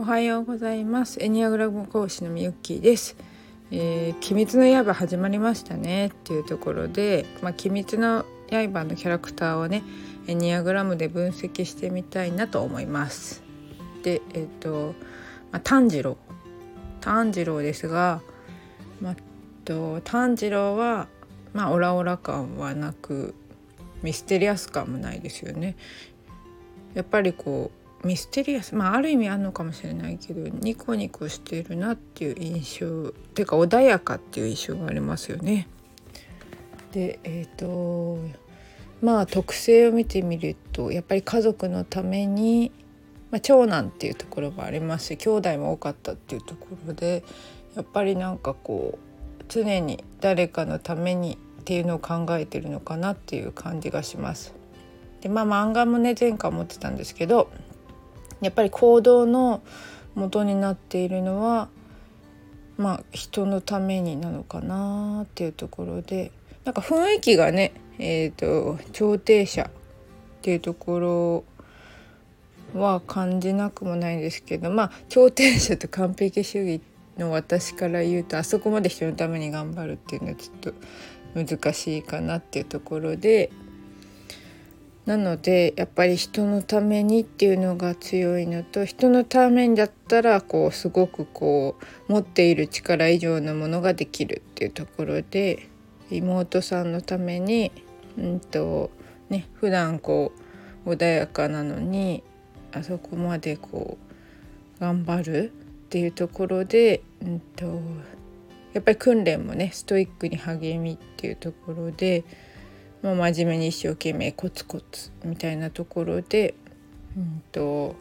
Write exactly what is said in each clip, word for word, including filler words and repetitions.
おはようございます。エニアグラム講師のみゆっきーです。えー、鬼滅の刃始まりましたねっていうところで、まあ、鬼滅の刃のキャラクターをねエニアグラムで分析してみたいなと思います。で、えっと、まあ、炭治郎炭治郎ですが、まあ、と炭治郎は、まあ、オラオラ感はなくミステリアス感もないですよね。やっぱりこうミステリアス、まあある意味あるのかもしれないけどニコニコしてるなっていう印象ていうか穏やかっていう印象がありますよね。でえっとまあ特性を見てみるとやっぱり家族のために、まあ、長男っていうところもありますし兄弟も多かったっていうところでやっぱりなんかこう常に誰かのためにっていうのを考えてるのかなっていう感じがします。でまあ漫画もね前回思ってたんですけどやっぱり行動の元になっているのはまあ人のためになのかなっていうところでなんか雰囲気がねえーと調停者っていうところは感じなくもないんですけどまあ調停者と完璧主義の私から言うとあそこまで人のために頑張るっていうのはちょっと難しいかなっていうところでなのでやっぱり人のためにっていうのが強いのと人のためにだったらこうすごくこう持っている力以上のものができるっていうところで妹さんのためにうんとね普段こう穏やかなのにあそこまでこう頑張るっていうところでうんとやっぱり訓練もねストイックに励みっていうところでもう真面目に一生懸命コツコツみたいなところで、うんと、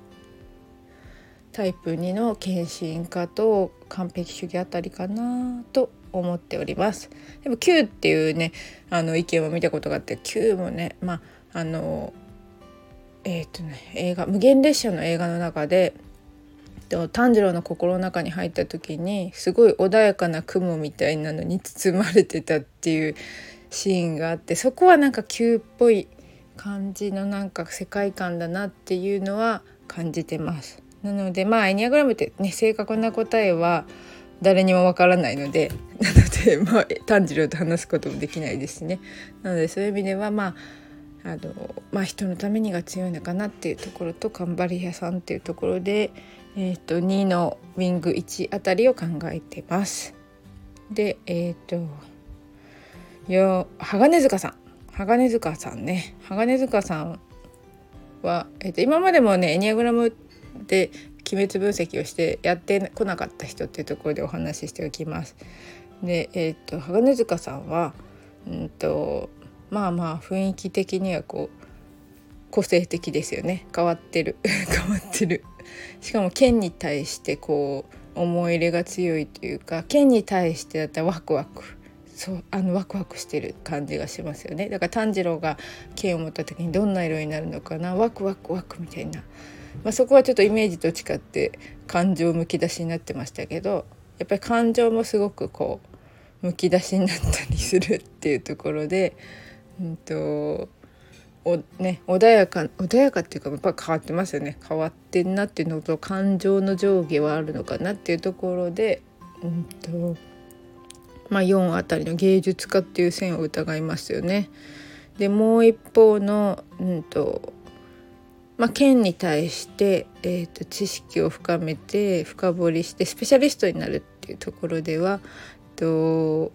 タイプにの献身家と完璧主義あたりかなと思っております。でもきゅうっていうねあの意見を見たことがあってきゅうもねまああのえっとね映画無限列車の映画の中で炭治郎の心の中に入った時にすごい穏やかな雲みたいなのに包まれてたっていうシーンがあってそこはなんかきゅうっぽい感じのなんか世界観だなっていうのは感じてます。なのでまあエニアグラムってね正確な答えは誰にもわからないのでなのでまあ炭治郎と話すこともできないですしね。なのでそういう意味ではまああのまあ人のためにが強いのかなっていうところと頑張り屋さんっていうところでえー、とにのウィングいちあたりを考えてます。でえっ、ー、とよ鋼塚さん鋼塚さんね鋼塚さんは、えー、と今までもねエニアグラムで鬼滅分析をしてやってこなかった人っていうところでお話ししておきます。でえっ、ー、と鋼塚さんはうんとまあまあ雰囲気的にはこう個性的ですよね。変わってる変わってるしかも剣に対してこう思い入れが強いというか剣に対してだったらワクワクそうあのワクワクしてる感じがしますよね。だから炭治郎が剣を持った時にどんな色になるのかなワクワクワクみたいな、まあ、そこはちょっとイメージと違って感情むき出しになってましたけどやっぱり感情もすごくこうむき出しになったりするっていうところでうんとおね、穏やか穏やかっていうかやっぱ変わってますよね。変わってんなっていうのと感情の上下はあるのかなっていうところで、うんとまあ、よんあたりの芸術家っていう線を疑いますよね。でもう一方の、うんとまあ、剣に対して、えーと、知識を深めて深掘りしてスペシャリストになるっていうところではと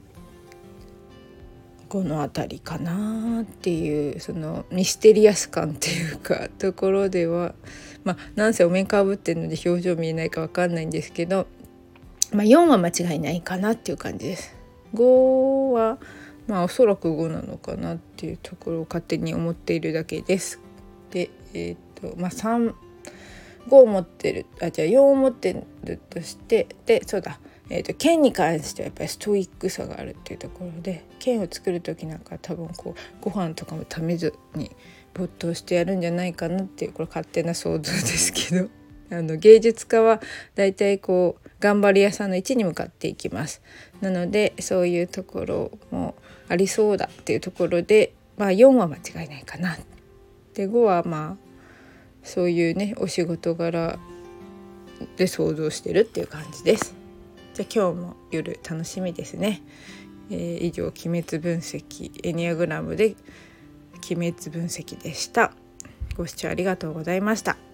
この辺りかなっていうそのミステリアス感っていうかところではまあなんせお面かぶってるので表情見えないか分かんないんですけど、まあ、よんは間違いないかなっていう感じです。ごはまあおそらくごなのかなっていうところを勝手に思っているだけです。でえっ、とまあさん ごを持ってるあじゃあよんを持ってるとしてでそうだえー、と剣に関してはやっぱりストイックさがあるっていうところで剣を作る時なんか多分こうご飯とかも食べずに没頭してやるんじゃないかなっていうこれ勝手な想像ですけどあの芸術家はだいたいこう頑張り屋さんの位置に向かっていきます。なのでそういうところもありそうだっていうところで、まあ、よんは間違いないかな。でごはまあそういうねお仕事柄で想像してるっていう感じです。じゃあ今日も夜楽しみですね。えー、以上、鬼滅分析エニアグラムで鬼滅分析でした。ご視聴ありがとうございました。